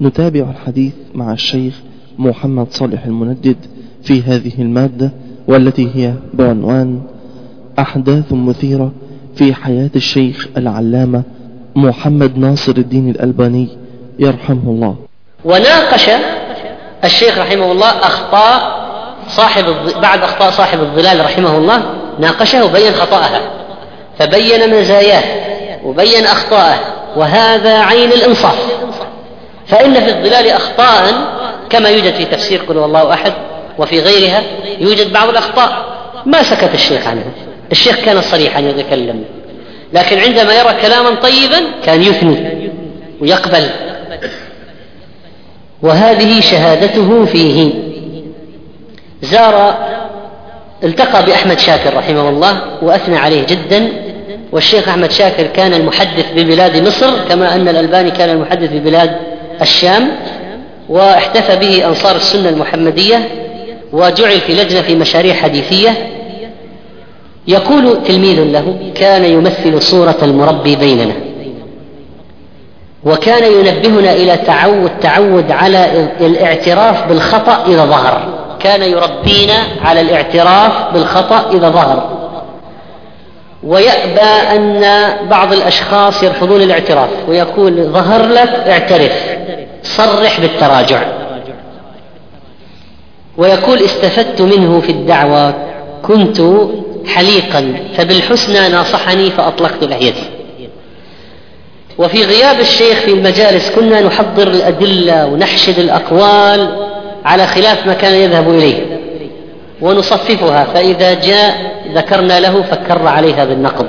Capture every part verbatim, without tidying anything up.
نتابع الحديث مع الشيخ محمد صالح المندد في هذه المادة، والتي هي بعنوان أحداث مثيرة في حياة الشيخ العلامة محمد ناصر الدين الألباني يرحمه الله. وناقش الشيخ رحمه الله أخطاء صاحب بعد أخطاء صاحب الظلال رحمه الله، ناقشه وبين خطأها، فبين مزاياه وبين أخطاءه، وهذا عين الإنصاف. فإن في الظلال أخطاء كما يوجد في تفسير قل هو الله أحد، وفي غيرها يوجد بعض الأخطاء ما سكت الشيخ عنها. الشيخ كان صريحا يتكلم، لكن عندما يرى كلاما طيبا كان يثني ويقبل، وهذه شهادته فيه. زار التقى بأحمد شاكر رحمه الله وأثنى عليه جدا، والشيخ أحمد شاكر كان المحدث ببلاد مصر كما أن الألباني كان المحدث ببلاد الشام، واحتفى به أنصار السنة المحمدية، وجعل في لجنة في مشاريع حديثية. يقول تلميذ له: كان يمثل صورة المربي بيننا، وكان ينبهنا إلى تعود تعود على الاعتراف بالخطأ إذا ظهر. كان يربينا على الاعتراف بالخطأ إذا ظهر، ويأبى أن بعض الأشخاص يرفضون الاعتراف، ويقول: ظهر لك اعترف، صرح بالتراجع. ويقول: استفدت منه في الدعوة، كنت حليقا فبالحسنى ناصحني فأطلقت لحيتي. وفي غياب الشيخ في المجالس كنا نحضر الأدلة ونحشد الأقوال على خلاف ما كان يذهب إليه، ونصففها، فإذا جاء ذكرنا له فكر عليها بالنقد.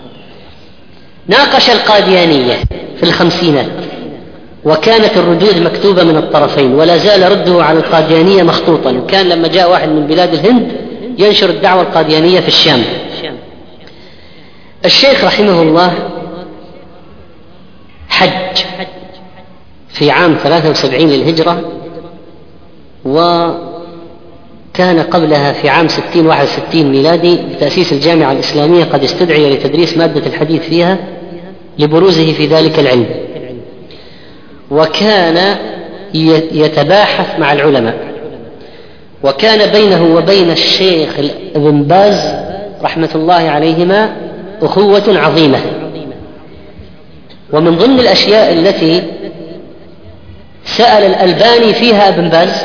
ناقش القاديانية في الخمسينات، وكانت الردود مكتوبة من الطرفين، ولا زال رده على القاديانية مخطوطا. وكان لما جاء واحد من بلاد الهند ينشر الدعوة القاديانية في الشام. الشيخ رحمه الله حج في عام ثلاثة وسبعين للهجرة، وكان قبلها في عام ستين واحد وستين ميلادي بتأسيس الجامعة الإسلامية قد استدعي لتدريس مادة الحديث فيها لبروزه في ذلك العلم، وكان يتباحث مع العلماء، وكان بينه وبين الشيخ ابن باز رحمة الله عليهما أخوة عظيمة. ومن ضمن الأشياء التي سأل الألباني فيها ابن باز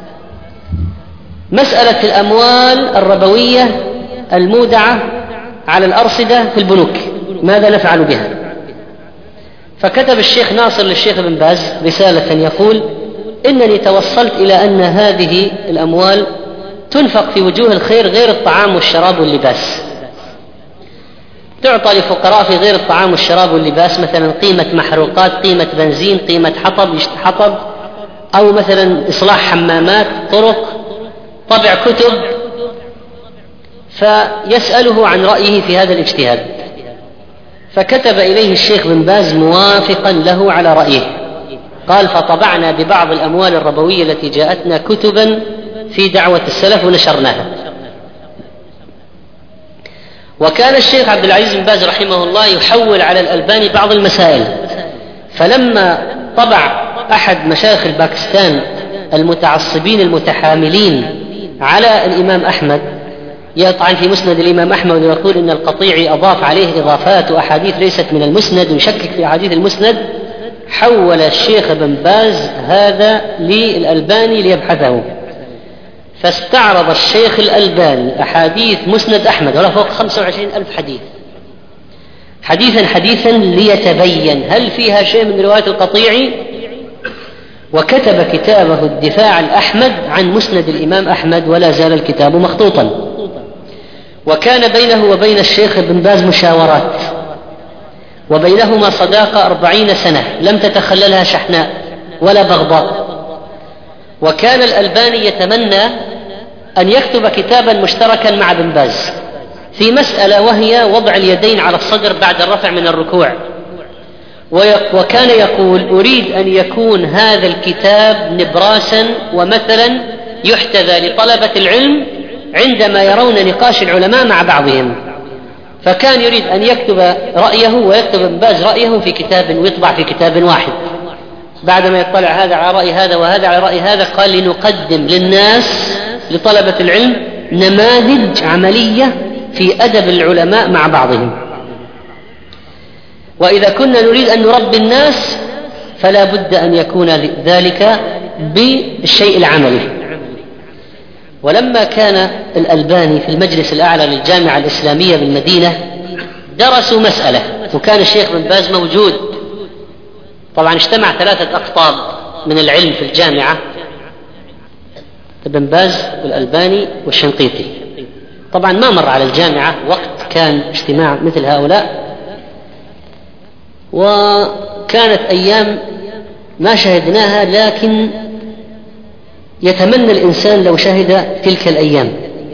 مسألة الأموال الربوية المودعة على الأرصدة في البنوك، ماذا نفعل بها؟ فكتب الشيخ ناصر للشيخ ابن باز رسالة يقول: إنني توصلت إلى أن هذه الأموال تنفق في وجوه الخير غير الطعام والشراب واللباس، تعطى لفقراء في غير الطعام والشراب واللباس، مثلا قيمة محروقات، قيمة بنزين، قيمة حطب حطب، أو مثلا إصلاح حمامات، طرق، طبع كتب. فيسأله عن رأيه في هذا الاجتهاد، فكتب إليه الشيخ بن باز موافقا له على رأيه. قال: فطبعنا ببعض الأموال الربوية التي جاءتنا كتبا في دعوة السلف ونشرناها. وكان الشيخ عبد العزيز بن باز رحمه الله يحول على الألباني بعض المسائل، فلما طبع أحد مشايخ الباكستان المتعصبين المتحاملين على الإمام أحمد يطعن في مسند الإمام أحمد ويقول إن القطيعي أضاف عليه إضافات وأحاديث ليست من المسند ويشكك في أحاديث المسند، حول الشيخ بن باز هذا للألباني ليبحثه، فاستعرض الشيخ الألباني أحاديث مسند أحمد ولا فوق خمسة وعشرين ألف حديث حديثا حديثا ليتبين هل فيها شيء من رواية القطيعي، وكتب كتابه الدفاع الأحمد عن مسند الإمام أحمد، ولا زال الكتاب مخطوطا. وكان بينه وبين الشيخ بن باز مشاورات، وبينهما صداقة أربعين سنة لم تتخللها شحناء ولا بغضاء. وكان الألباني يتمنى أن يكتب كتابا مشتركا مع بن باز في مسألة، وهي وضع اليدين على الصدر بعد الرفع من الركوع. وكان يقول: أريد أن يكون هذا الكتاب نبراسا ومثلا يحتذى لطلبة العلم عندما يرون نقاش العلماء مع بعضهم. فكان يريد أن يكتب رأيه ويكتب ابن باز رأيه في كتاب ويطبع في كتاب واحد. بعدما يطلع هذا على رأي هذا وهذا على رأي هذا، قال لنقدم للناس لطلبة العلم نماذج عملية في أدب العلماء مع بعضهم، وإذا كنا نريد أن نربي الناس فلا بد أن يكون ذلك بالشيء العملي. ولما كان الألباني في المجلس الأعلى للجامعة الإسلامية بالمدينة درسوا مسألة، وكان الشيخ بن باز موجود. طبعا اجتمع ثلاثة أقطاب من العلم في الجامعة، ابن باز والألباني والشنقيطي. طبعا ما مر على الجامعة وقت كان اجتماع مثل هؤلاء، وكانت أيام ما شهدناها، لكن يتمنى الإنسان لو شهد تلك الأيام.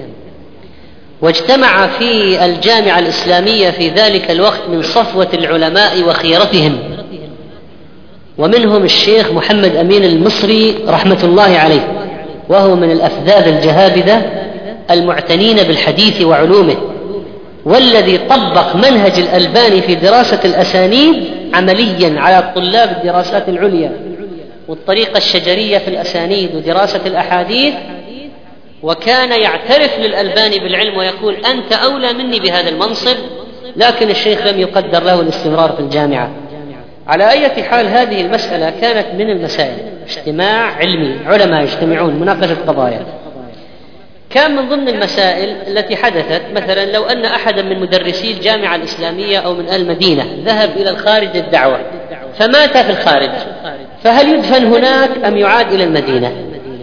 واجتمع في الجامعة الإسلامية في ذلك الوقت من صفوة العلماء وخيرتهم، ومنهم الشيخ محمد أمين المصري رحمة الله عليه، وهو من الأفذاذ الجهابذة المعتنين بالحديث وعلومه، والذي طبق منهج الألباني في دراسة الأسانيد عمليا على طلاب الدراسات العليا، والطريقة الشجرية في الأسانيد ودراسة الأحاديث. وكان يعترف للألباني بالعلم ويقول أنت أولى مني بهذا المنصب، لكن الشيخ لم يقدر له الاستمرار في الجامعة. على أي حال هذه المسألة كانت من المسائل، اجتماع علمي، علماء يجتمعون مناقشة قضايا. كان من ضمن المسائل التي حدثت مثلا لو أن أحدا من مدرسي الجامعة الإسلامية أو من المدينة ذهب إلى الخارج للدعوة فمات في الخارج، فهل يدفن هناك أم يعاد إلى المدينة؟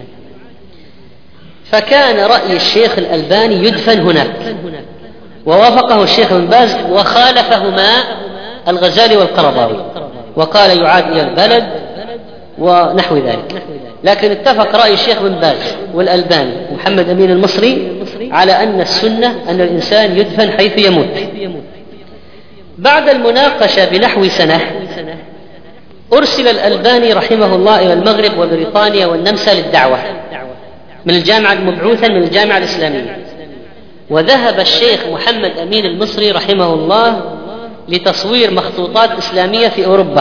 فكان رأي الشيخ الألباني يدفن هناك، ووافقه الشيخ بن باز، وخالفهما الغزالي والقرضاوي وقال يعاد إلى البلد ونحو ذلك. لكن اتفق رأي الشيخ بن باز والألباني محمد أمين المصري على أن السنة أن الإنسان يدفن حيث يموت. بعد المناقشة بنحو سنة أرسل الألباني رحمه الله إلى المغرب وبريطانيا والنمسا للدعوة من الجامعة مبعوثا من الجامعة الإسلامية، وذهب الشيخ محمد أمين المصري رحمه الله لتصوير مخطوطات إسلامية في أوروبا.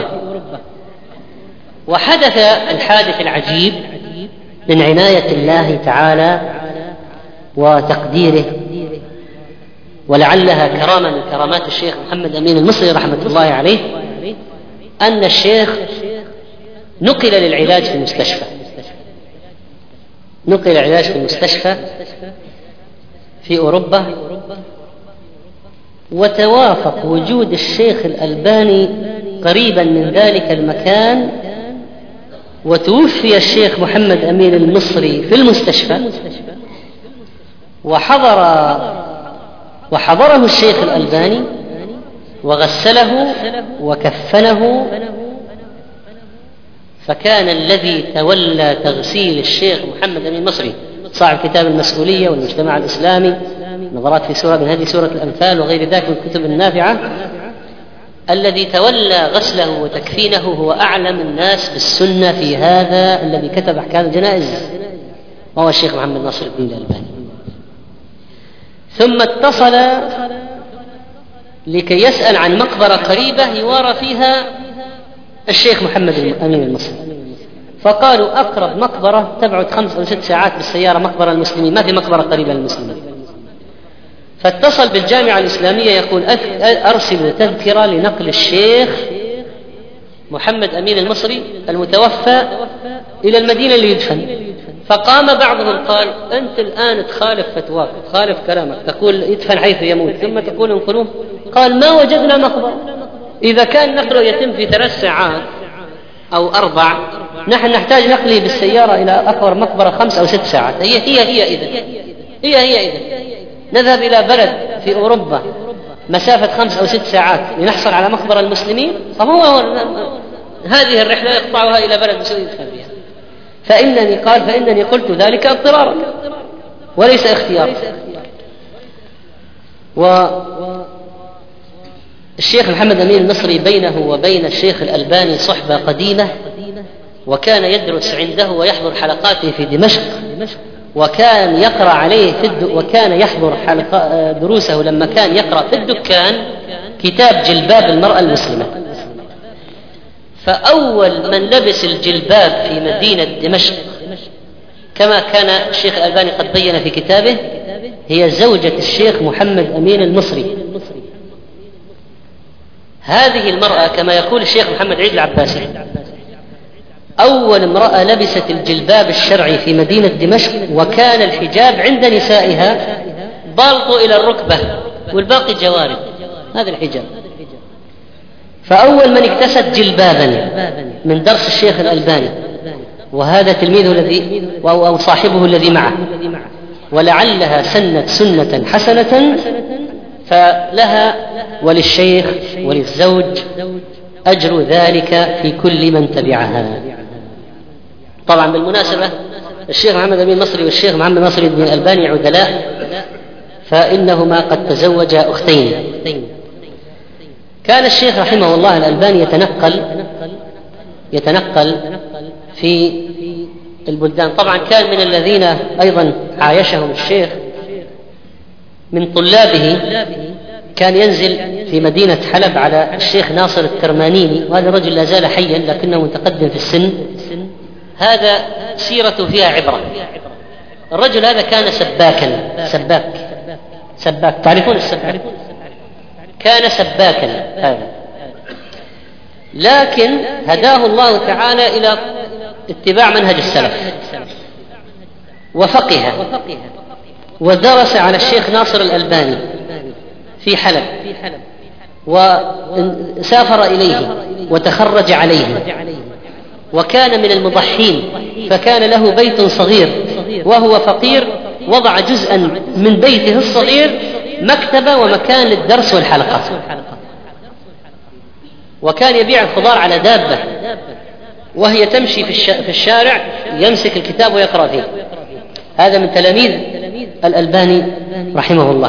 وحدث الحادث العجيب من عناية الله تعالى وتقديره، ولعلها كرامة من كرامات الشيخ محمد أمين المصري رحمة الله عليه، أن الشيخ نقل للعلاج في المستشفى نقل العلاج في المستشفى في أوروبا. وتوافق وجود الشيخ الألباني قريبا من ذلك المكان، وتوفي الشيخ محمد أمين المصري في المستشفى، وحضر وحضره الشيخ الألباني وغسله وكفنه. فكان الذي تولى تغسيل الشيخ محمد أمين المصري صاحب كتاب المسؤولية والمجتمع الإسلامي، نظرات في سورة من هذه سورة الأنفال وغير ذلك من الكتب النافعة، الذي تولى غسله وتكفينه هو أعلم الناس بالسنة في هذا الذي كتب أحكام الجنائز، وهو الشيخ محمد ناصر الدين الألباني. ثم اتصل لكي يسأل عن مقبرة قريبة يوارى فيها الشيخ محمد أمين المصري، فقالوا أقرب مقبرة تبعد خمس أو ست ساعات بالسيارة مقبرة المسلمين، ما في مقبرة قريبة للمسلمين. فاتصل بالجامعة الإسلامية يقول أرسلوا تذكرة لنقل الشيخ محمد أمين المصري المتوفى إلى المدينة اللي يدفن. فقام بعضهم قال أنت الآن تخالف فتواك، تخالف كلامك، تقول يدفن حيث يموت ثم تقول انقلوه. قال ما وجدنا مقبرة، إذا كان نقله يتم في ثلاث ساعات أو أربع، نحن نحتاج نقله بالسيارة إلى أقرب مقبرة خمس أو ست ساعات. هي هي هي إذن هي هي إذن نذهب إلى بلد في أوروبا مسافة خمس أو ست ساعات لنحصل على مقبرة المسلمين؟ فهو هذه الرحلة يقطعها إلى بلد مسلم يدفن بها. فإنني قال فإنني قلت ذلك اضطرارا وليس اختيارا. والشيخ محمد أمين المصري بينه وبين الشيخ الألباني صحبة قديمة، وكان يدرس عنده ويحضر حلقاته في دمشق، وكان يقرأ عليه في الد... وكان يحضر حلقة دروسه لما كان يقرأ في الدكان كتاب جلباب المرأة المسلمة. فأول من لبس الجلباب في مدينة دمشق كما كان الشيخ الألباني قد بين في كتابه هي زوجة الشيخ محمد أمين المصري. هذه المرأة كما يقول الشيخ محمد عيد العباسي أول امرأة لبست الجلباب الشرعي في مدينة دمشق، وكان الحجاب عند نسائها بالط إلى الركبة والباقي جوارب، هذا الحجاب. فأول من اكتست جلبابا من درس الشيخ الألباني، وهذا تلميذه الذي أو صاحبه الذي معه، ولعلها سنت سنة حسنة فلها وللشيخ وللزوج أجر ذلك في كل من تبعها. طبعا بالمناسبة الشيخ محمد أمين المصري والشيخ محمد ناصر الدين الألباني عدلاء، فإنهما قد تزوجا أختين. كان الشيخ رحمه الله الألباني يتنقل يتنقل في البلدان. طبعا كان من الذين أيضا عايشهم الشيخ من طلابه كان ينزل في مدينة حلب على الشيخ ناصر الترمانيني، وهذا الرجل لا زال حيا لكنه متقدم في السن. هذا سيرته فيها عبرة. الرجل هذا كان سباكا سباك سباك تعرفون السباك؟ كان سباكا هذا، لكن هداه الله تعالى إلى اتباع منهج السلف وفقه، ودرس على الشيخ ناصر الألباني في حلب، وسافر إليه وتخرج عليه، وكان من المضحين، فكان له بيت صغير وهو فقير، وضع جزءا من بيته الصغير مكتبة ومكان للدرس والحلقة، وكان يبيع الخضار على دابة وهي تمشي في الشارع يمسك الكتاب ويقرأ فيه. هذا من تلاميذ الألباني رحمه الله،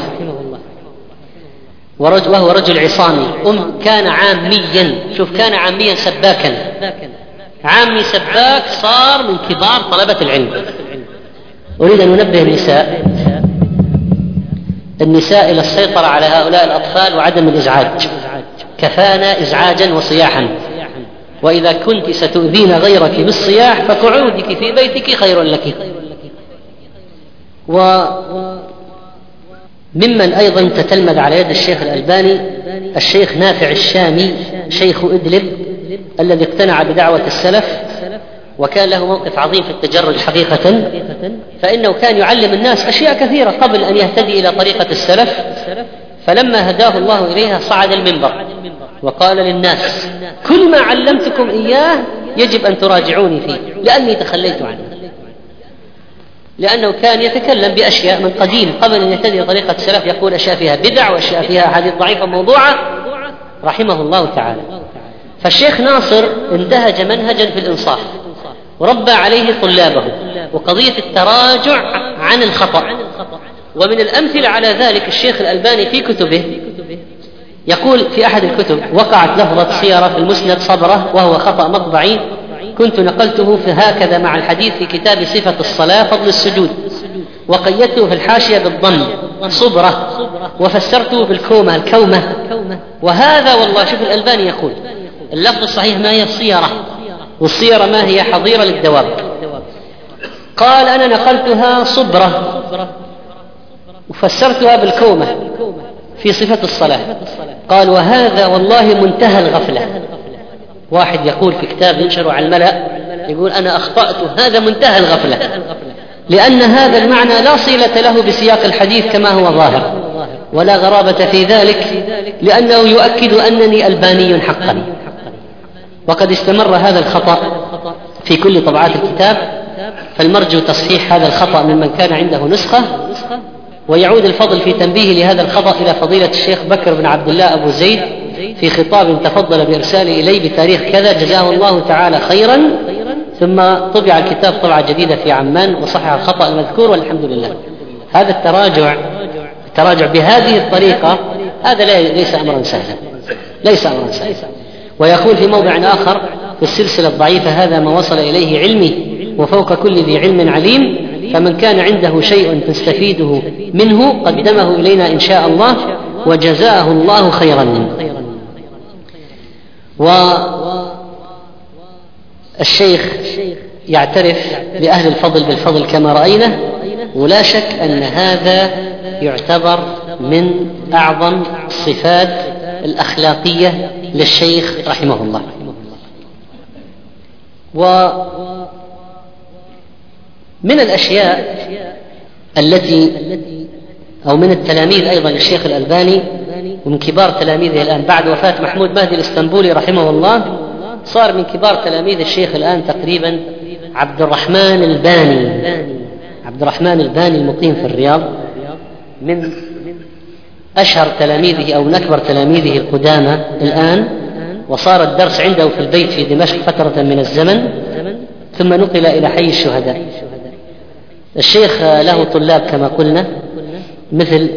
وهو رجل عصامي. أم كان عاميا، شوف كان عاميا سباكا، عامي سباك صار من كبار طلبة العلم. أريد أن أنبه النساء النساء إلى السيطرة على هؤلاء الأطفال وعدم الإزعاج، كفانا إزعاجا وصياحا، وإذا كنت ستؤذين غيرك بالصياح فقعودك في بيتك خير لك. وممن أيضا تتلمذ على يد الشيخ الألباني الشيخ نافع الشامي شيخ إدلب الذي اقتنع بدعوة السلف، وكان له موقف عظيم في التجرد حقيقة، فإنه كان يعلم الناس أشياء كثيرة قبل أن يهتدي إلى طريقة السلف. فلما هداه الله إليها صعد المنبر وقال للناس: كل ما علمتكم إياه يجب أن تراجعوني فيه لأني تخليت عنه. لأنه كان يتكلم بأشياء من قديم قبل أن يهتدي إلى طريقة السلف، يقول أشياء فيها بدع وأشياء فيها أحاديث ضعيفة موضوعة رحمه الله تعالى. فالشيخ ناصر اندهج منهجا في الإنصاف وربى عليه طلابه، وقضية التراجع عن الخطأ. ومن الأمثلة على ذلك الشيخ الألباني في كتبه يقول في أحد الكتب: وقعت لفظة سيرة في المسند صبرة وهو خطأ مطبعي، كنت نقلته في هكذا مع الحديث في كتاب صفة الصلاة فضل السجود، وقيدته في الحاشية بالضم صبرة، وفسرته بالكومة الكومة. وهذا والله شوف الألباني يقول اللفظ الصحيح ما هي الصيرة، والصيرة ما هي حظيرة للدواب. قال أنا نقلتها صبرة وفسرتها بالكومة في صفة الصلاة. قال وهذا والله منتهى الغفلة. واحد يقول في كتاب ينشر على الملأ يقول أنا أخطأت، هذا منتهى الغفلة، لأن هذا المعنى لا صلة له بسياق الحديث كما هو ظاهر، ولا غرابة في ذلك، لأنه يؤكد أنني ألباني حقا. وقد استمر هذا الخطأ في كل طبعات الكتاب، فالمرجو تصحيح هذا الخطأ ممن كان عنده نسخة، ويعود الفضل في تنبيه لهذا الخطأ إلى فضيلة الشيخ بكر بن عبد الله أبو زيد في خطاب تفضل بإرساله إليه بتاريخ كذا، جزاه الله تعالى خيرا. ثم طبع الكتاب طبعة جديدة في عمان وصحح الخطأ المذكور والحمد لله. هذا التراجع التراجع بهذه الطريقة هذا ليس أمرا سهلا، ليس أمرا سهلا. ويقول في موضع آخر في السلسلة الضعيفة: هذا ما وصل إليه علمي وفوق كل ذي علم عليم، فمن كان عنده شيء تستفيده منه قدمه إلينا إن شاء الله وجزاه الله خيرا. الشيخ يعترف لأهل الفضل بالفضل كما رأينا، ولا شك أن هذا يعتبر من أعظم الصفات الأخلاقية للشيخ رحمه الله. ومن الأشياء التي أو من التلاميذ أيضا للشيخ الألباني، ومن كبار تلاميذه الآن بعد وفاة محمود مهدي الإسطنبولي رحمه الله، صار من كبار تلاميذ الشيخ الآن تقريبا عبد الرحمن الباني. عبد الرحمن الباني المقيم في الرياض من أشهر تلاميذه أو من أكبر تلاميذه القدامى الآن، وصار الدرس عنده في البيت في دمشق فترة من الزمن، ثم نقل إلى حي الشهداء. الشيخ له طلاب كما قلنا مثل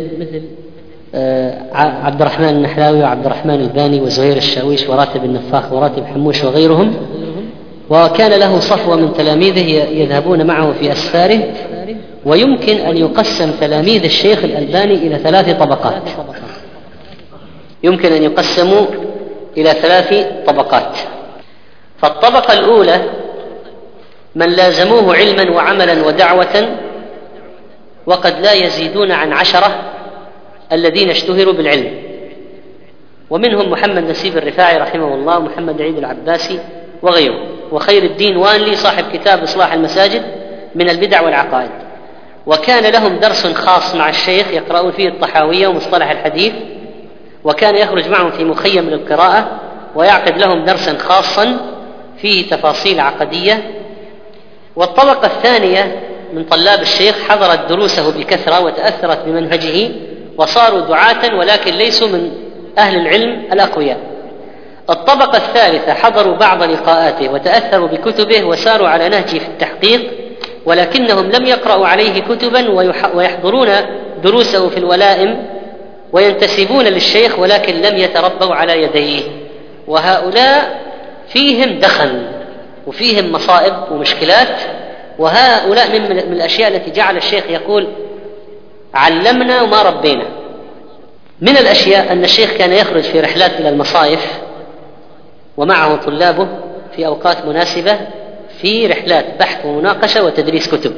عبد الرحمن النحلاوي وعبد الرحمن الباني وزهير الشاويش وراتب النفاخ وراتب حموش وغيرهم، وكان له صفوة من تلاميذه يذهبون معه في أسفاره. ويمكن أن يقسم تلاميذ الشيخ الألباني إلى ثلاث طبقات، يمكن أن يقسموا إلى ثلاث طبقات. فالطبقة الأولى من لازموه علما وعملا ودعوة، وقد لا يزيدون عن عشرة الذين اشتهروا بالعلم، ومنهم محمد نسيب الرفاعي رحمه الله، ومحمد عيد العباسي وغيره، وخير الدين وانلي صاحب كتاب إصلاح المساجد من البدع والعقائد. وكان لهم درس خاص مع الشيخ يقرؤون فيه الطحاوية ومصطلح الحديث، وكان يخرج معهم في مخيم للقراءة ويعقد لهم درسا خاصا فيه تفاصيل عقدية. والطبقة الثانية من طلاب الشيخ حضرت دروسه بكثرة وتأثرت بمنهجه وصاروا دعاة، ولكن ليسوا من أهل العلم الأقوياء. الطبقة الثالثة حضروا بعض لقاءاته وتأثروا بكتبه وساروا على نهجه في التحقيق، ولكنهم لم يقرأوا عليه كتبا ويحضرون دروسه في الولائم وينتسبون للشيخ، ولكن لم يتربوا على يديه. وهؤلاء فيهم دخن وفيهم مصائب ومشكلات، وهؤلاء من الأشياء التي جعل الشيخ يقول علمنا وما ربينا. من الأشياء أن الشيخ كان يخرج في رحلات إلى المصايف ومعه طلابه في أوقات مناسبة في رحلات بحث ومناقشة وتدريس كتب.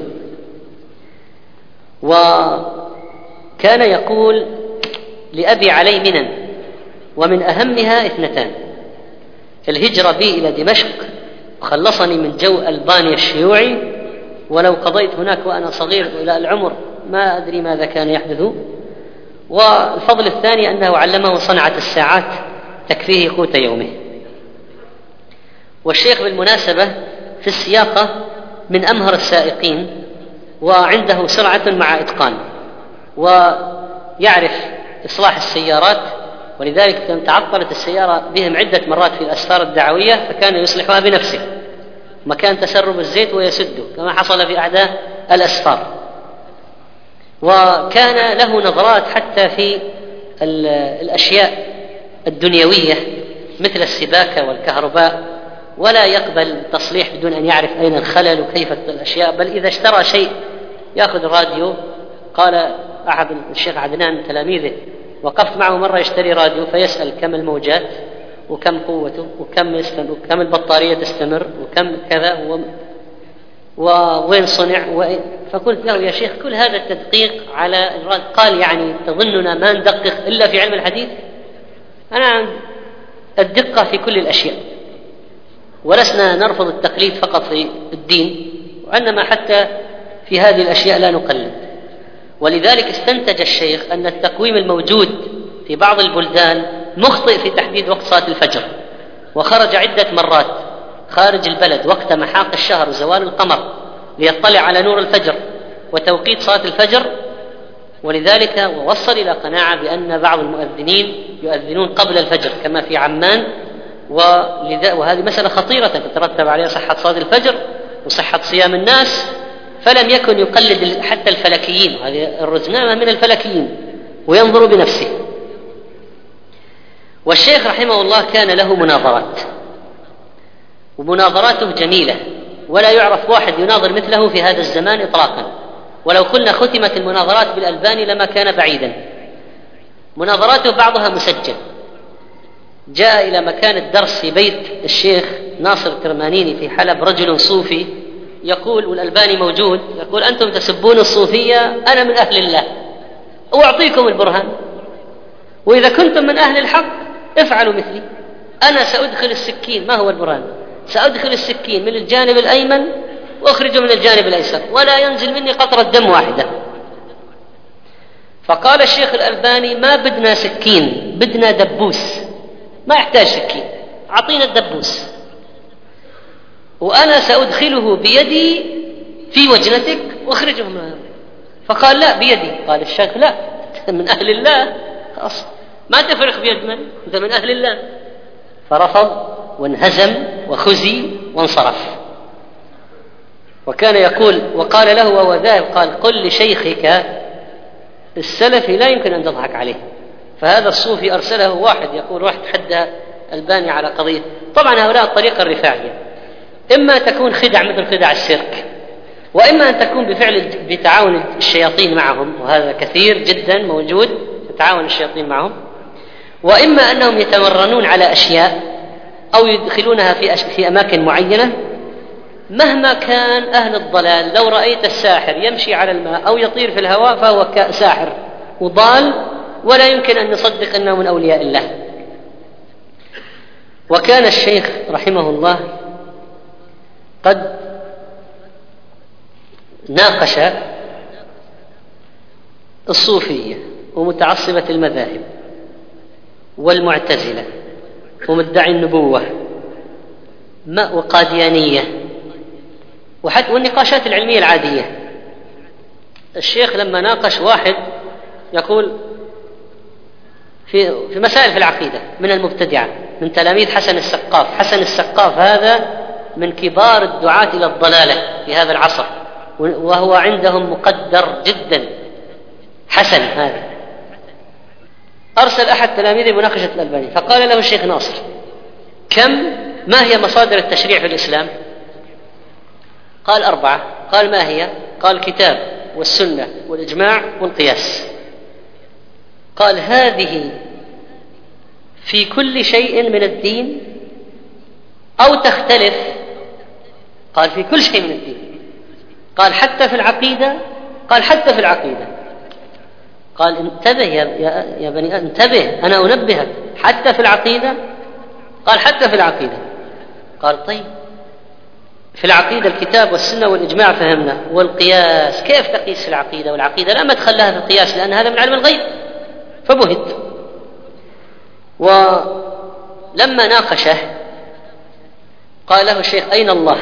وكان يقول لأبي علي منن، ومن أهمها اثنتان: الهجرة بي إلى دمشق وخلصني من جو ألبانيا الشيوعي، ولو قضيت هناك وأنا صغير إلى العمر ما أدري ماذا كان يحدث. والفضل الثاني أنه علمه صنعة الساعات تكفيه قوت يومه. والشيخ بالمناسبة في السياقة من أمهر السائقين، وعنده سرعة مع إتقان، ويعرف إصلاح السيارات، ولذلك تعطلت السيارة بهم عدة مرات في الأسفار الدعوية فكان يصلحها بنفسه، مكان تسرب الزيت ويسده كما حصل في أحد الأسفار. وكان له نظرات حتى في الأشياء الدنيوية مثل السباكة والكهرباء، ولا يقبل تصليح بدون أن يعرف أين الخلل وكيف الأشياء، بل إذا اشترى شيء يأخذ الراديو. قال أحد الشيخ عدنان من تلاميذه وقفت معه مرة يشتري راديو فيسأل كم الموجات وكم قوته وكم, وكم البطارية تستمر وكم كذا ووين صنع وإن. فقلت له يا شيخ كل هذا التدقيق على الراديو. قال يعني تظننا ما ندقق إلا في علم الحديث؟ أنا الدقة في كل الأشياء، ولسنا نرفض التقليد فقط في الدين، وإنما حتى في هذه الأشياء لا نقلد. ولذلك استنتج الشيخ أن التقويم الموجود في بعض البلدان مخطئ في تحديد وقت صلاة الفجر، وخرج عدة مرات خارج البلد وقت محاق الشهر وزوال القمر ليطلع على نور الفجر وتوقيت صلاة الفجر. ولذلك ووصل إلى قناعة بأن بعض المؤذنين يؤذنون قبل الفجر كما في عمان، وهذه مسألة خطيرة تترتب عليها صحة صلاة الفجر وصحة صيام الناس. فلم يكن يقلد حتى الفلكيين، هذه الرزنامة من الفلكيين، وينظر بنفسه. والشيخ رحمه الله كان له مناظرات، ومناظراته جميلة، ولا يعرف واحد يناظر مثله في هذا الزمان إطلاقا. ولو قلنا ختمت المناظرات بالألباني لما كان بعيدا. مناظراته بعضها مسجل، جاء إلى مكان الدرس في بيت الشيخ ناصر الكرمانيني في حلب رجل صوفي يقول، والألباني موجود، يقول أنتم تسبون الصوفية، أنا من أهل الله وأعطيكم البرهان، وإذا كنتم من أهل الحق افعلوا مثلي، أنا سأدخل السكين. ما هو البرهان؟ سأدخل السكين من الجانب الأيمن وأخرجه من الجانب الأيسر ولا ينزل مني قطرة دم واحدة. فقال الشيخ الألباني ما بدنا سكين، بدنا دبوس، ما يحتاج سكين، أعطينا الدبوس وأنا سأدخله بيدي في وجنتك واخرجه منها. فقال لا بيدي. قال الشيخ لا، من أهل الله، خلاص ما تفرق بيد من، أنت من أهل الله. فرفض وانهزم وخزي وانصرف. وكان يقول، وقال له وهو ذاهب، قال قل لشيخك السلفي لا يمكن أن تضحك عليه. فهذا الصوفي أرسله واحد يقول روح تحدى الباني على قضية. طبعا هؤلاء الطريقة الرفاعية إما تكون خدع مثل خدع السيرك، وإما أن تكون بفعل بتعاون الشياطين معهم، وهذا كثير جدا موجود، تتعاون الشياطين معهم، وإما أنهم يتمرنون على أشياء أو يدخلونها في, في أماكن معينة. مهما كان أهل الضلال، لو رأيت الساحر يمشي على الماء أو يطير في الهواء فهو ساحر وضال، ولا يمكن أن نصدق أنه من أولياء الله. وكان الشيخ رحمه الله قد ناقش الصوفية ومتعصبة المذاهب والمعتزلة ومدعي النبوة وقاديانية وحتى والنقاشات العلمية العادية. الشيخ لما ناقش واحد يقول في في مسائل في العقيدة من المبتدعة من تلاميذ حسن السقاف. حسن السقاف هذا من كبار الدعاة إلى الضلالة في هذا العصر، وهو عندهم مقدر جدا. حسن هذا أرسل أحد تلاميذه مناقشة الألباني، فقال له الشيخ ناصر كم ما هي مصادر التشريع في الإسلام؟ قال أربعة. قال ما هي؟ قال الكتاب والسنة والإجماع والقياس. قال هذه في كل شيء من الدين أو تختلف؟ قال في كل شيء من الدين. قال حتى في العقيدة؟ قال حتى في العقيدة. قال انتبه يا, يا بني انتبه، أنا أنبهك، حتى في العقيدة؟ قال حتى في العقيدة. قال طيب في العقيدة الكتاب والسنة والإجماع فهمنا، والقياس كيف تقيس في العقيدة؟ والعقيدة لا مدخل لها في القياس لأن هذا من علم الغيب. فبهت. ولما ناقشه قال له الشيخ أين الله؟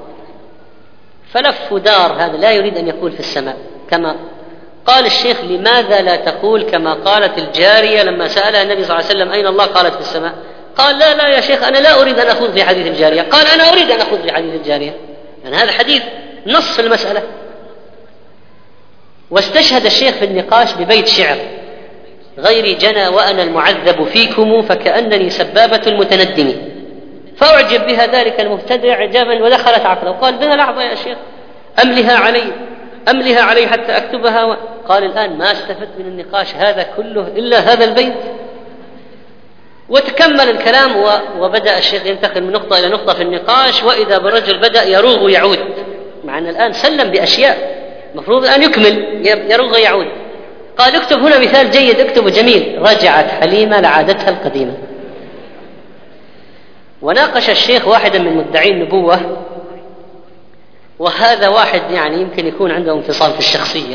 فلف ودار، هذا لا يريد أن يقول في السماء كما قال الشيخ لماذا لا تقول كما قالت الجارية لما سألها النبي صلى الله عليه وسلم أين الله؟ قالت في السماء. قال لا لا يا شيخ أنا لا أريد أن أخوض في حديث الجارية. قال أنا أريد أن أخوض في حديث الجارية، يعني هذا حديث نص في المسألة. واستشهد الشيخ في النقاش ببيت شعر غيري جنى وأنا المعذب فيكم فكأنني سبابة المتندم. فأعجب بها ذلك المبتدع إعجابا ودخلت عقله. وقال بها لحظة يا شيخ أملها علي أملها علي حتى أكتبها و... قال الآن ما استفدت من النقاش هذا كله إلا هذا البيت. وتكمل الكلام و... وبدأ الشيخ ينتقل من نقطة إلى نقطة في النقاش، وإذا بالرجل بدأ يروغ ويعود، مع أن الآن سلم بأشياء مفروض أن يكمل، يروغ ويعود. قال اكتب هنا مثال جيد، اكتب جميل. رجعت حليمة لعادتها القديمة. وناقش الشيخ واحدا من مدعي النبوة، وهذا واحد يعني يمكن يكون عنده انفصام في الشخصية.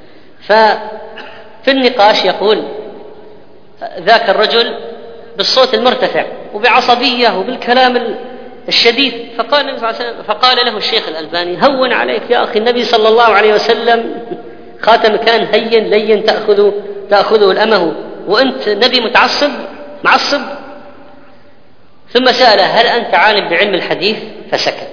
ففي النقاش يقول ذاك الرجل بالصوت المرتفع وبعصبية وبالكلام الشديد. فقال النبي صلى الله عليه وسلم فقال له الشيخ الألباني هون عليك يا أخي، النبي صلى الله عليه وسلم خاتم كان هين لين تأخذه تأخذه الأمه، وأنت نبي متعصب معصب. ثم سأله هل أنت عالم بعلم الحديث؟ فسكت.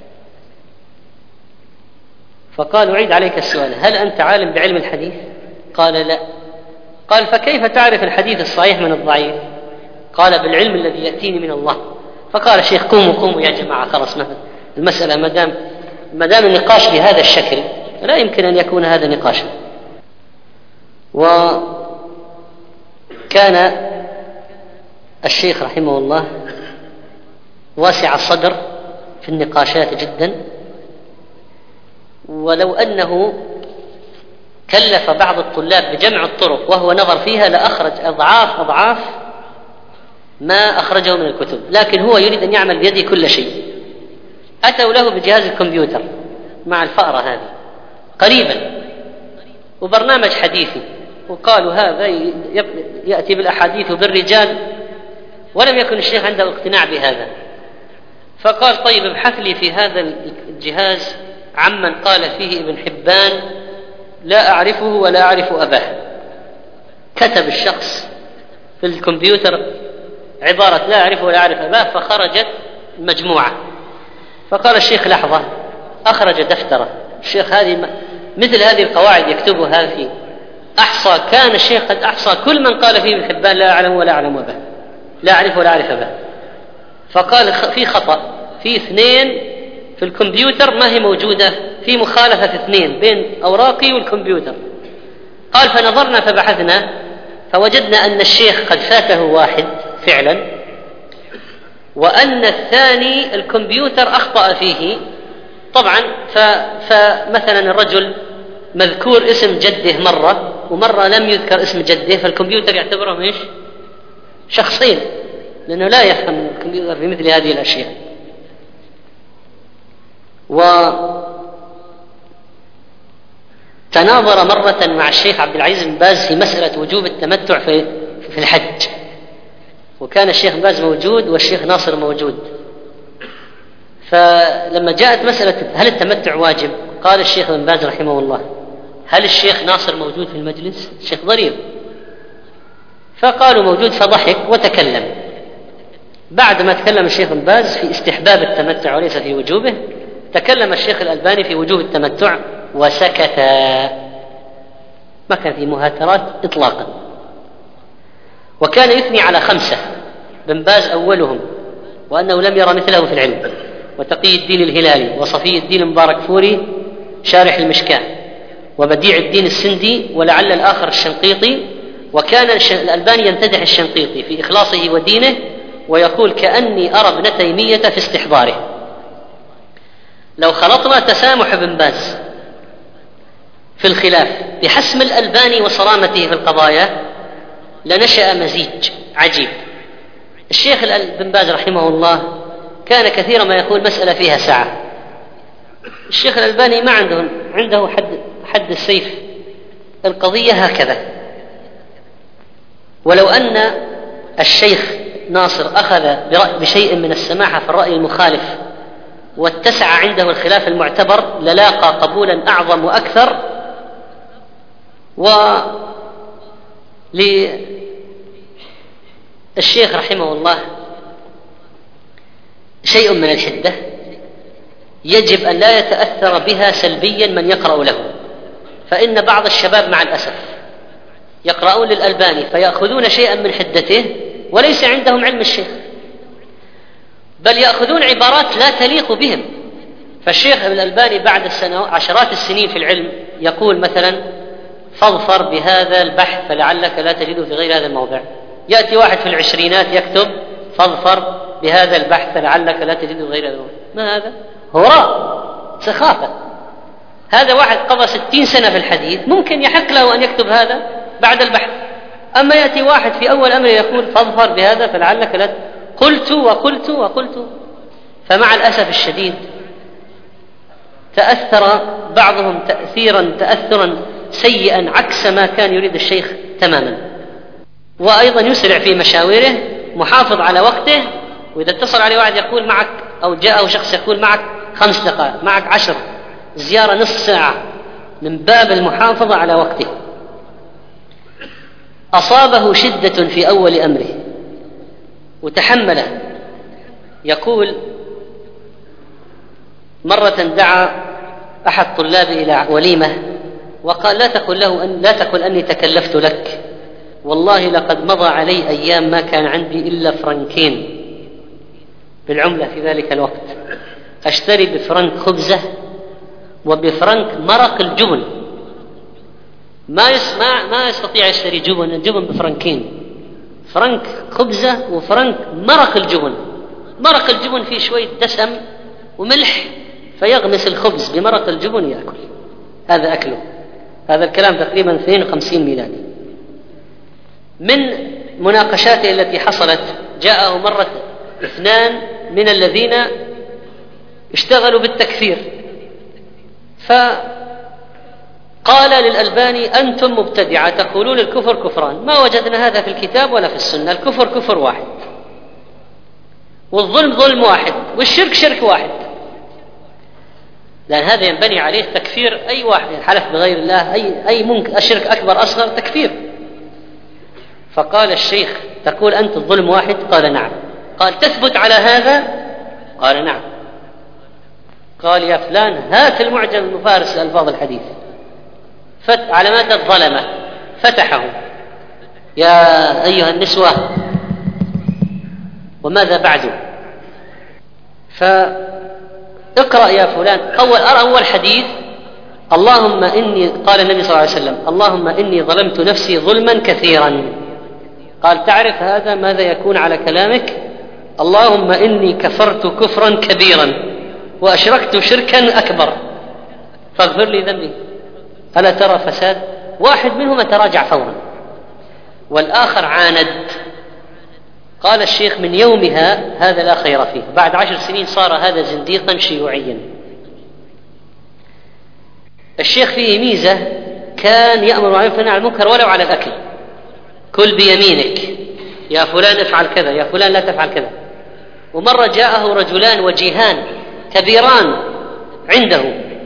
فقال أعيد عليك السؤال، هل أنت عالم بعلم الحديث؟ قال لا. قال فكيف تعرف الحديث الصحيح من الضعيف؟ قال بالعلم الذي يأتيني من الله. فقال الشيخ قوموا قوموا يا جماعة، خلاص المسألة مدام مدام النقاش بهذا الشكل لا يمكن أن يكون هذا نقاشا. وكان الشيخ رحمه الله واسع الصدر في النقاشات جدا، ولو أنه كلف بعض الطلاب بجمع الطرق وهو نظر فيها لأخرج أضعاف أضعاف ما أخرجه من الكتب، لكن هو يريد أن يعمل بيده كل شيء. أتوا له بجهاز الكمبيوتر مع الفأرة هذه قريبا وبرنامج حديثي، وقالوا هذا يأتي بالأحاديث بالرجال، ولم يكن الشيخ عنده اقتناع بهذا، فقال طيب ابحث لي في هذا الجهاز عمن قال فيه ابن حبان لا أعرفه ولا أعرف أباه. كتب الشخص في الكمبيوتر عبارة لا أعرفه ولا أعرف أباه، فخرجت مجموعة. فقال الشيخ لحظة، أخرج دفترة الشيخ هذه مثل هذه القواعد يكتبها فيه، أحصى كان الشيخ قد أحصى كل من قال فيه ابن حبان لا أعلم ولا أعلم أباه، لا أعرف ولا أعرف أباه. فقال في خطأ، في اثنين في الكمبيوتر ما هي موجودة، في مخالفة في اثنين بين أوراقي والكمبيوتر. قال فنظرنا فبحثنا فوجدنا أن الشيخ قد فاته واحد فعلا، وأن الثاني الكمبيوتر أخطأ فيه طبعا. فمثلا الرجل مذكور اسم جده مرة ومرة لم يذكر اسم جده، فالكمبيوتر يعتبرهم إيش؟ شخصين، لأنه لا يفهم الكمبيوتر في مثل هذه الأشياء. وتناظر مرة مع الشيخ عبد العزيز بن باز في مسألة وجوب التمتع في في الحج، وكان الشيخ بن باز موجود والشيخ ناصر موجود. فلما جاءت مسألة هل التمتع واجب، قال الشيخ بن باز رحمه الله هل الشيخ ناصر موجود في المجلس؟ الشيخ ضرير. فقالوا موجود، فضحك وتكلم. بعد ما تكلم الشيخ بن باز في استحباب التمتع وليس في وجوبه، تكلم الشيخ الألباني في وجوب التمتع وسكت، ما كان في مهاترات إطلاقا. وكان يثني على خمسة، بن باز أولهم، وأنه لم يرى مثله في العلم، وتقي الدين الهلالي، وصفي الدين المبارك فوري شارح المشكاة، وبديع الدين السندي، ولعل الآخر الشنقيطي. وكان الألباني يمتدح الشنقيطي في إخلاصه ودينه، ويقول كأني أرى ابن تيمية في استحضاره. لو خلطنا تسامح بن باز في الخلاف بحسم الألباني وصرامته في القضايا لنشأ مزيج عجيب. الشيخ بن باز رحمه الله كان كثيرا ما يقول مسألة فيها ساعة، الشيخ الألباني ما عنده عنده حد حد السيف، القضية هكذا. ولو أن الشيخ ناصر أخذ بشيء من السماحة في الرأي المخالف واتسع عنده الخلاف المعتبر للاقى قبولا أعظم وأكثر. وللشيخ رحمه الله شيء من الحدة يجب أن لا يتأثر بها سلبيا من يقرأ له، فإن بعض الشباب مع الأسف يقرؤون للألباني فيأخذون شيئا من حدته وليس عندهم علم الشيخ، بل يأخذون عبارات لا تليق بهم. فالشيخ الألباني بعد السنوات عشرات السنين في العلم يقول مثلا فاظفر بهذا البحث فلعلك لا تجده في غير هذا الموضع. يأتي واحد في العشرينات يكتب فاظفر بهذا البحث فلعلك لا تجده في غير هذا الموضع. ما هذا؟ هراء، سخافة. هذا واحد قضى ستين سنة في الحديث ممكن يحق له أن يكتب هذا بعد البحث، أما يأتي واحد في أول أمر يقول فاظفر بهذا فلعلك لا قلت وقلت وقلت. فمع الأسف الشديد تأثر بعضهم تأثيرا تأثرا سيئا عكس ما كان يريد الشيخ تماما. وأيضا يسرع في مشاوره، محافظ على وقته، وإذا اتصل عليه واحد يقول معك أو جاءه شخص يقول معك خمس دقائق، معك عشر، زيارة نصف ساعة، من باب المحافظة على وقته. أصابه شدة في أول أمره وتحمله. يقول مرة دعا أحد طلابي إلى وليمة وقال لا تقل له أن لا تقل أني تكلفت لك، والله لقد مضى علي أيام ما كان عندي إلا فرنكين بالعملة في ذلك الوقت، أشتري بفرنك خبزة وبفرنك مرق الجبن. ما يسمع ما يستطيع يشتري جبن الجبن بفرنكين، فرنك خبزة وفرنك مرق الجبن. مرق الجبن فيه شوية دسم وملح، فيغمس الخبز بمرق الجبن يأكل، هذا أكله. هذا الكلام تقريبا اثنين وخمسين ميلادي. من مناقشاته التي حصلت جاءه مرة اثنان من الذين اشتغلوا بالتكفير، فقال للألباني: أنتم مبتدعة تقولون الكفر كفران، ما وجدنا هذا في الكتاب ولا في السنة، الكفر كفر واحد، والظلم ظلم واحد، والشرك شرك واحد، لأن هذا ينبني عليه تكفير أي واحد حلف بغير الله، أي أي ممكن الشرك أكبر أصغر تكفير. فقال الشيخ: تقول أنت الظلم واحد؟ قال: نعم. قال: تثبت على هذا؟ قال: نعم. قال: يا فلان هات المعجم المفارس لألفاظ الحديث، فت علامات الظلمة، فتحه: يا أيها النسوة وماذا بعده؟ فاقرأ يا فلان أول أول حديث: اللهم إني، قال النبي صلى الله عليه وسلم: اللهم إني ظلمت نفسي ظلما كثيرا. قال: تعرف هذا ماذا يكون على كلامك؟ اللهم إني كفرت كفرا كبيرا وأشركت شركا أكبر فاغفر لي ذنبي. ألا ترى فساد؟ واحد منهما تراجع فورا والآخر عاند. قال الشيخ: من يومها هذا لا خير فيه، بعد عشر سنين صار هذا زنديقا شيوعيا. الشيخ فيه ميزة، كان يأمر بالمعروف وينهى عن المنكر ولو على الأكل. كل بيمينك، يا فلان افعل كذا، يا فلان لا تفعل كذا. ومرة جاءه رجلان وجيهان كبيران عنده،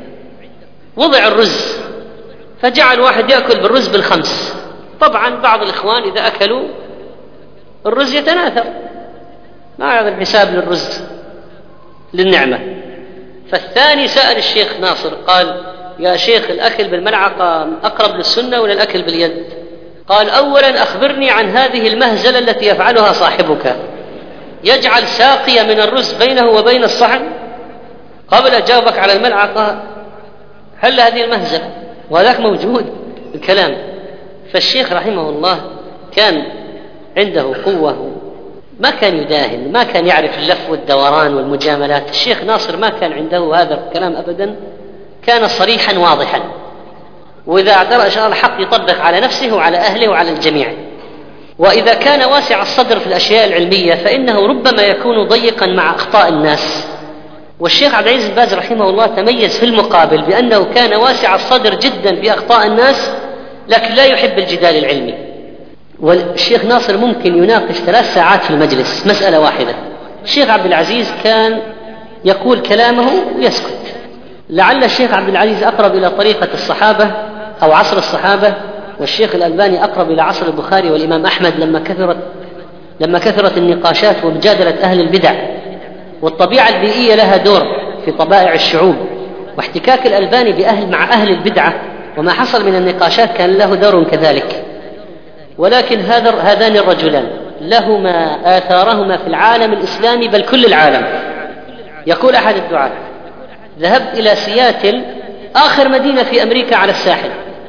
وضع الرز، فجعل واحد يأكل بالرز بالخمس. طبعا بعض الإخوان إذا أكلوا الرز يتناثر، ما يعرف الحساب للرز للنعمة. فالثاني سأل الشيخ ناصر قال: يا شيخ الأكل بالملعقة أقرب للسنة ولا الأكل باليد؟ قال: أولا أخبرني عن هذه المهزلة التي يفعلها صاحبك، يجعل ساقية من الرز بينه وبين الصحن. قبل أجاوبك على الملعقة هل هذه المهزلة، وهذاك موجود الكلام. فالشيخ رحمه الله كان عنده قوة، ما كان يداهن، ما كان يعرف اللف والدوران والمجاملات. الشيخ ناصر ما كان عنده هذا الكلام أبدا، كان صريحا واضحا، وإذا اعترى شاء الحق يطبق على نفسه وعلى أهله وعلى الجميع. وإذا كان واسع الصدر في الأشياء العلمية فإنه ربما يكون ضيقا مع أخطاء الناس. والشيخ عبد العزيز بن باز رحمه الله تميز في المقابل بأنه كان واسع الصدر جدا في أخطاء الناس، لكن لا يحب الجدال العلمي. والشيخ ناصر ممكن يناقش ثلاث ساعات في المجلس مسألة واحدة، الشيخ عبد العزيز كان يقول كلامه ويسكت. لعل الشيخ عبد العزيز أقرب إلى طريقة الصحابة أو عصر الصحابة، والشيخ الألباني أقرب إلى عصر البخاري والإمام أحمد لما كثرت لما كثرت النقاشات ومجادلة أهل البدع. والطبيعة البيئية لها دور في طبائع الشعوب، واحتكاك الألباني بأهل مع أهل البدعة وما حصل من النقاشات كان له دور كذلك. ولكن هذا هذان الرجلان لهما آثارهما في العالم الإسلامي بل كل العالم. يقول أحد الدعاة: ذهبت إلى سياتل آخر مدينة في أمريكا على الساحل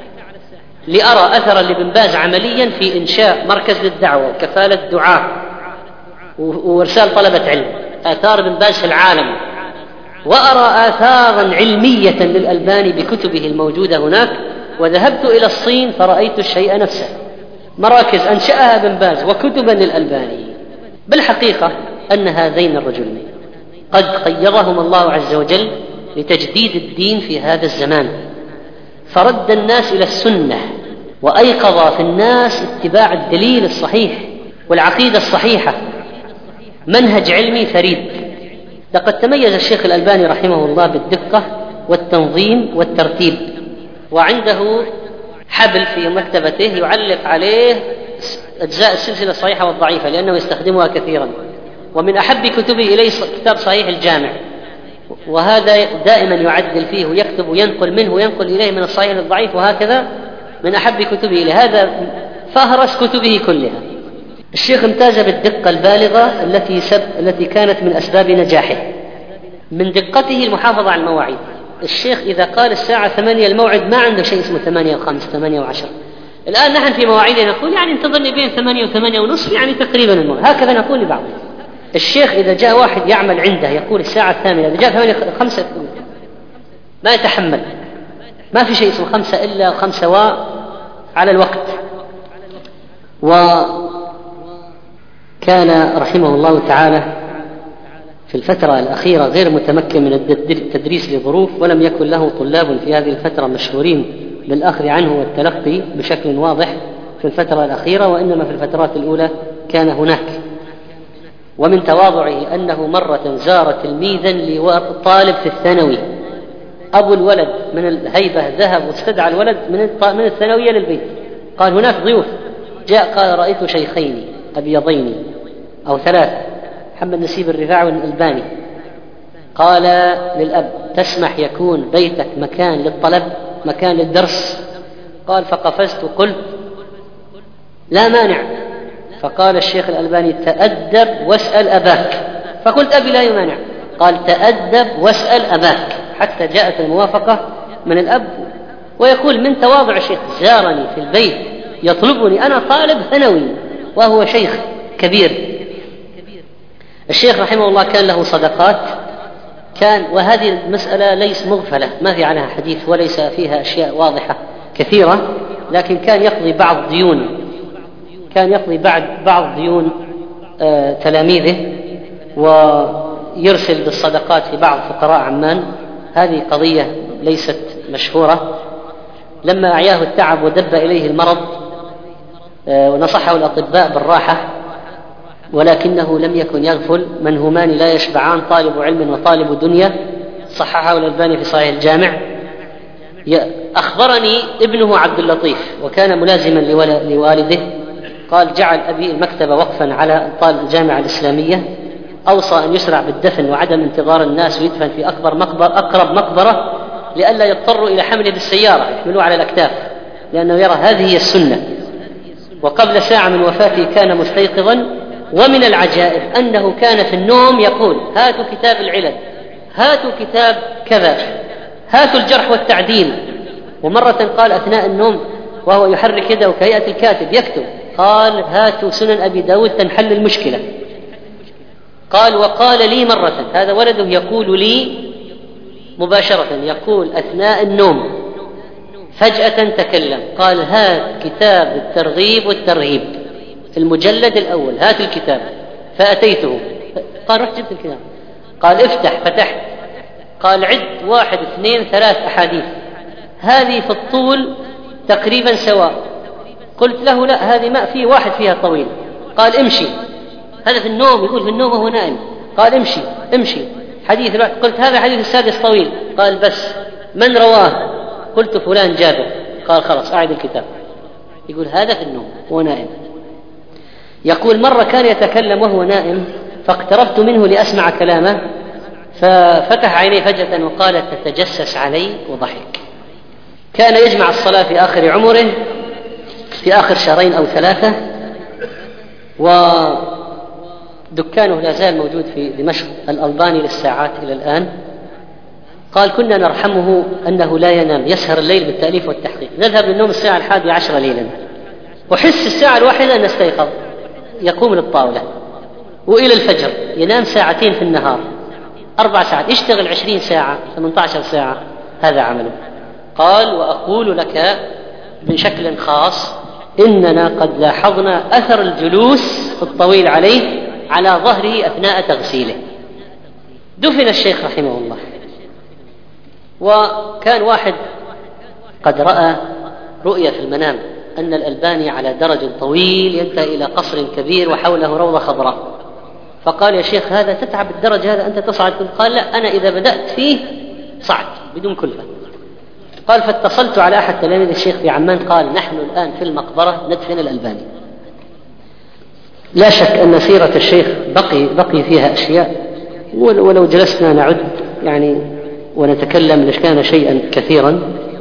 لأرى أثرا لابن باز عمليا في إنشاء مركز للدعوة وكفالة دعاة وإرسال طلبة علم، آثار ابن باز في العالم، وأرى آثارا علمية للألباني بكتبه الموجودة هناك. وذهبت إلى الصين فرأيت الشيء نفسه، مراكز أنشأها ابن باز وكتبا للألباني. بالحقيقة أن هذين الرجلين قد خيرهم الله عز وجل لتجديد الدين في هذا الزمان، فرد الناس إلى السنة وأيقظ في الناس اتباع الدليل الصحيح والعقيدة الصحيحة، منهج علمي فريد. لقد تميز الشيخ الألباني رحمه الله بالدقة والتنظيم والترتيب، وعنده حبل في مكتبته يعلق عليه أجزاء السلسلة الصحيحة والضعيفة لأنه يستخدمها كثيرا. ومن أحب كتبه إليه كتاب صحيح الجامع، وهذا دائما يعدل فيه ويكتب وينقل منه وينقل إليه من الصحيح للضعيف، وهكذا من أحب كتبه إليه. هذا فهرس كتبه كلها. الشيخ امتاز بالدقة البالغة التي, سب... التي كانت من أسباب نجاحه. من دقته المحافظة على المواعيد. الشيخ إذا قال الساعة ثمانية الموعد ما عنده شيء اسمه ثمانية وخمس ثمانية وعشر. الآن نحن في مواعيدنا نقول يعني انتظرني بين ثمانية وثمانية ونصف، يعني تقريبا الموعد، هكذا نقول لبعض. الشيخ إذا جاء واحد يعمل عنده يقول الساعة الثامنة، إذا جاء ثمانية خمسة ما يتحمل، ما في شيء اسمه خمسة إلا خمسة وعلى الوقت. وكان رحمه الله تعالى في الفترة الأخيرة غير متمكن من التدريس لظروف، ولم يكن له طلاب في هذه الفترة مشهورين بالأخذ عنه والتلقي بشكل واضح في الفترة الأخيرة، وإنما في الفترات الأولى كان هناك. ومن تواضعه أنه مرة زار تلميذا لطالب في الثانوي، أبو الولد من الهيبة ذهب واستدعى الولد من الثانوية للبيت، قال هناك ضيوف، جاء قال رأيت شيخين أبيضين أو ثلاثة، محمد نسيب الرفاعي والألباني. قال للأب تسمح يكون بيتك مكان للطلب مكان للدرس؟ قال فقفزت وقلت لا مانع. فقال الشيخ الألباني تأدب واسأل أباك، فقلت أبي لا يمانع. قال تأدب واسأل أباك، حتى جاءت الموافقة من الأب. ويقول من تواضع الشيخ زارني في البيت يطلبني، أنا طالب ثانوي وهو شيخ كبير. الشيخ رحمه الله كان له صدقات، كان وهذه المسألة ليس مغفلة، ما في عنها حديث وليس فيها أشياء واضحة كثيرة، لكن كان يقضي بعض ديون كان يقضي بعض بعض ديون آه تلاميذه، ويرسل بالصدقات لبعض فقراء عمان. هذه قضية ليست مشهورة. لما أعياه التعب ودب إليه المرض آه ونصحه الأطباء بالراحة، ولكنه لم يكن يغفل، من همان لا يشبعان، طالب علم وطالب دنيا، صححه الألباني في صحيح الجامع. أخبرني ابنه عبد اللطيف وكان ملازما لوالده، قال جعل أبي المكتبة وقفا على طالب الجامعة الإسلامية، أوصى أن يسرع بالدفن وعدم انتظار الناس ويدفن في أكبر مقبر أقرب مقبرة لئلا يضطروا إلى حمله بالسيارة يحملوه على الأكتاف، لأنه يرى هذه هي السنة. وقبل ساعة من وفاته كان مستيقظا، ومن العجائب أنه كان في النوم يقول هاتوا كتاب العلل، هاتوا كتاب كذا، هاتوا الجرح والتعديل. ومرة قال أثناء النوم وهو يحرك يده كهيئة الكاتب يكتب، قال هاتوا سنن أبي داود تنحل المشكلة. قال وقال لي مرة، هذا ولده يقول لي مباشرة، يقول أثناء النوم فجأة تكلم، قال هات كتاب الترغيب والترهيب المجلد الأول، هات الكتاب. فأتيته، قال رحت جبت الكتاب، قال افتح، فتحت، قال عد واحد اثنين ثلاث أحاديث، هذه في الطول تقريبا سواء. قلت له لا، هذه ما في واحد فيها طويل. قال امشي، هذا في النوم، يقول في النوم وهو نائم. قال امشي امشي حديث الواحد. قلت هذا حديث السادس طويل. قال بس من رواه؟ قلت فلان جابر. قال خلاص أعد الكتاب. يقول هذا في النوم وهو نائم. يقول مرة كان يتكلم وهو نائم، فاقتربت منه لأسمع كلامه، ففتح عينيه فجأة وقال تتجسس علي، وضحك. كان يجمع الصلاة في آخر عمره، في آخر شهرين أو ثلاثة، ودكانه لا زال موجود في دمشق، الألباني للساعات إلى الآن. قال كنا نرحمه أنه لا ينام، يسهر الليل بالتأليف والتحقيق، نذهب للنوم الساعة الحادية عشرة ليلا، وحس الساعة الواحدة أن نستيقظ، يقوم للطاولة وإلى الفجر، ينام ساعتين في النهار، أربع ساعات، يشتغل عشرين ساعة، ثمانية عشر ساعة، هذا عمله. قال وأقول لك بشكل خاص إننا قد لاحظنا أثر الجلوس الطويل عليه على ظهره أثناء تغسيله. دفن الشيخ رحمه الله، وكان واحد قد رأى رؤيا في المنام أن الألباني على درج طويل ينتهي إلى قصر كبير وحوله روضة خضراء، فقال يا شيخ هذا تتعب الدرج هذا أنت تصعد؟ قال لا، أنا إذا بدأت فيه صعد بدون كلفة. قال فاتصلت على أحد تلاميذ الشيخ في عمان، قال نحن الآن في المقبرة ندفن الألباني. لا شك أن سيرة الشيخ بقي, بقي فيها أشياء، ولو جلسنا نعد يعني ونتكلم لكان شيئا كثيرا.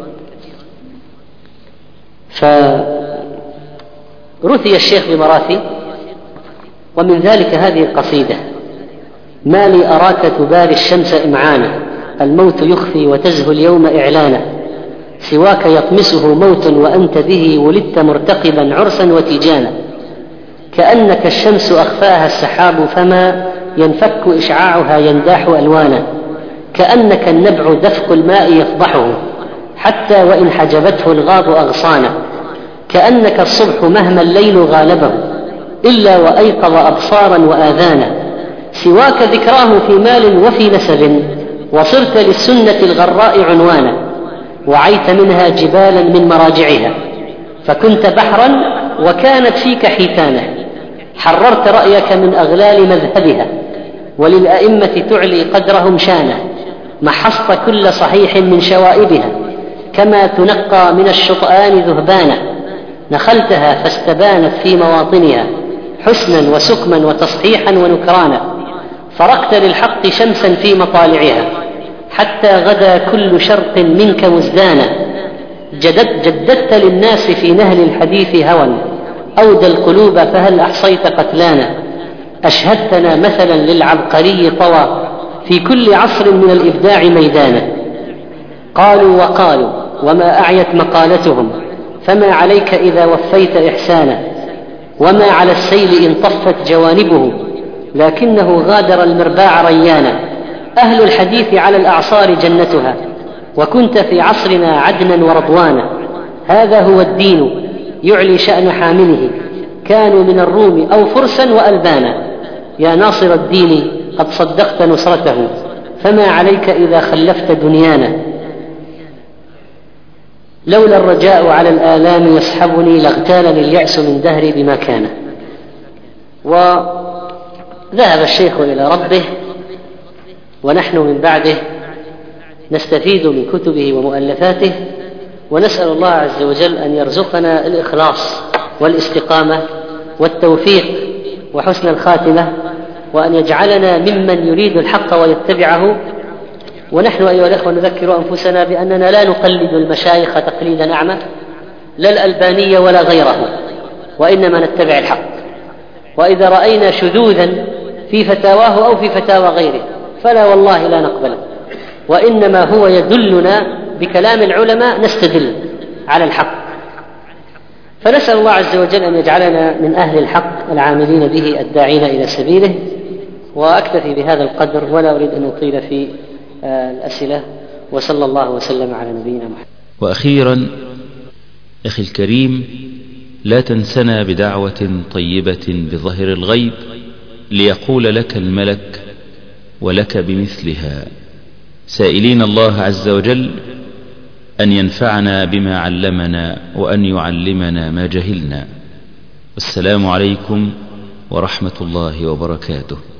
فرثي الشيخ بمراثي، ومن ذلك هذه القصيدة: ما لي أراك تباري الشمس إمعانا، الموت يخفي وتزهو اليوم إعلانا، سواك يطمسه موت وأنت به ولدت مرتقبا عرسا وتيجانا، كأنك الشمس أخفاها السحاب فما ينفك إشعاعها ينداح ألوانا، كأنك النبع دفق الماء يفضحه حتى وإن حجبته الغاض أغصانا، كأنك الصبح مهما الليل غالبه إلا وأيقظ أبصارا وآذانا، سواك ذكراه في مال وفي نسب وصرت للسنة الغراء عنوانا، وعيت منها جبالا من مراجعها فكنت بحرا وكانت فيك حيتانة، حررت رأيك من أغلال مذهبها وللأئمة تعلي قدرهم شانه، محصت كل صحيح من شوائبها كما تنقى من الشطآن ذهبانا، نخلتها فاستبانت في مواطنها حسنا وسكما وتصحيحا ونكرانا، فرقت للحق شمسا في مطالعها حتى غدا كل شرق منك مزدانا، جدد جددت للناس في نهل الحديث هوى أودى القلوب فهل أحصيت قتلانا، أشهدتنا مثلا للعبقري طوى في كل عصر من الإبداع ميدانا، قالوا وقالوا وما أعيت مقالتهم فما عليك إذا وفيت إحسانا، وما على السيل إن طفت جوانبه لكنه غادر المرباع ريانا، أهل الحديث على الأعصار جنتها وكنت في عصرنا عدنا ورضوانا، هذا هو الدين يعلي شأن حامله، كانوا من الروم أو فرسا وألبانا، يا ناصر الدين قد صدقت نصرته فما عليك إذا خلفت دنيانا، لولا الرجاء على الآلام يسحبني لاغتالني اليأس من دهري بما كان. وذهب الشيخ إلى ربه ونحن من بعده نستفيد من كتبه ومؤلفاته، ونسأل الله عز وجل أن يرزقنا الإخلاص والاستقامة والتوفيق وحسن الخاتمة، وأن يجعلنا ممن يريد الحق ويتبعه. ونحن أيها الأخوة نذكر أنفسنا بأننا لا نقلد المشايخ تقليدا أعمى، لا الألباني ولا غيره، وإنما نتبع الحق، وإذا رأينا شذوذا في فتاواه أو في فتاوى غيره فلا والله لا نقبله، وإنما هو يدلنا بكلام العلماء نستدل على الحق. فنسأل الله عز وجل أن يجعلنا من أهل الحق العاملين به الداعين إلى سبيله. وأكتفي بهذا القدر ولا أريد أن أطيل في الأسئلة، وصلى الله وسلم على نبينا محمد. وأخيرا أخي الكريم، لا تنسنا بدعوة طيبة بظهر الغيب ليقول لك الملك ولك بمثلها، سائلين الله عز وجل أن ينفعنا بما علمنا وأن يعلمنا ما جهلنا. والسلام عليكم ورحمة الله وبركاته.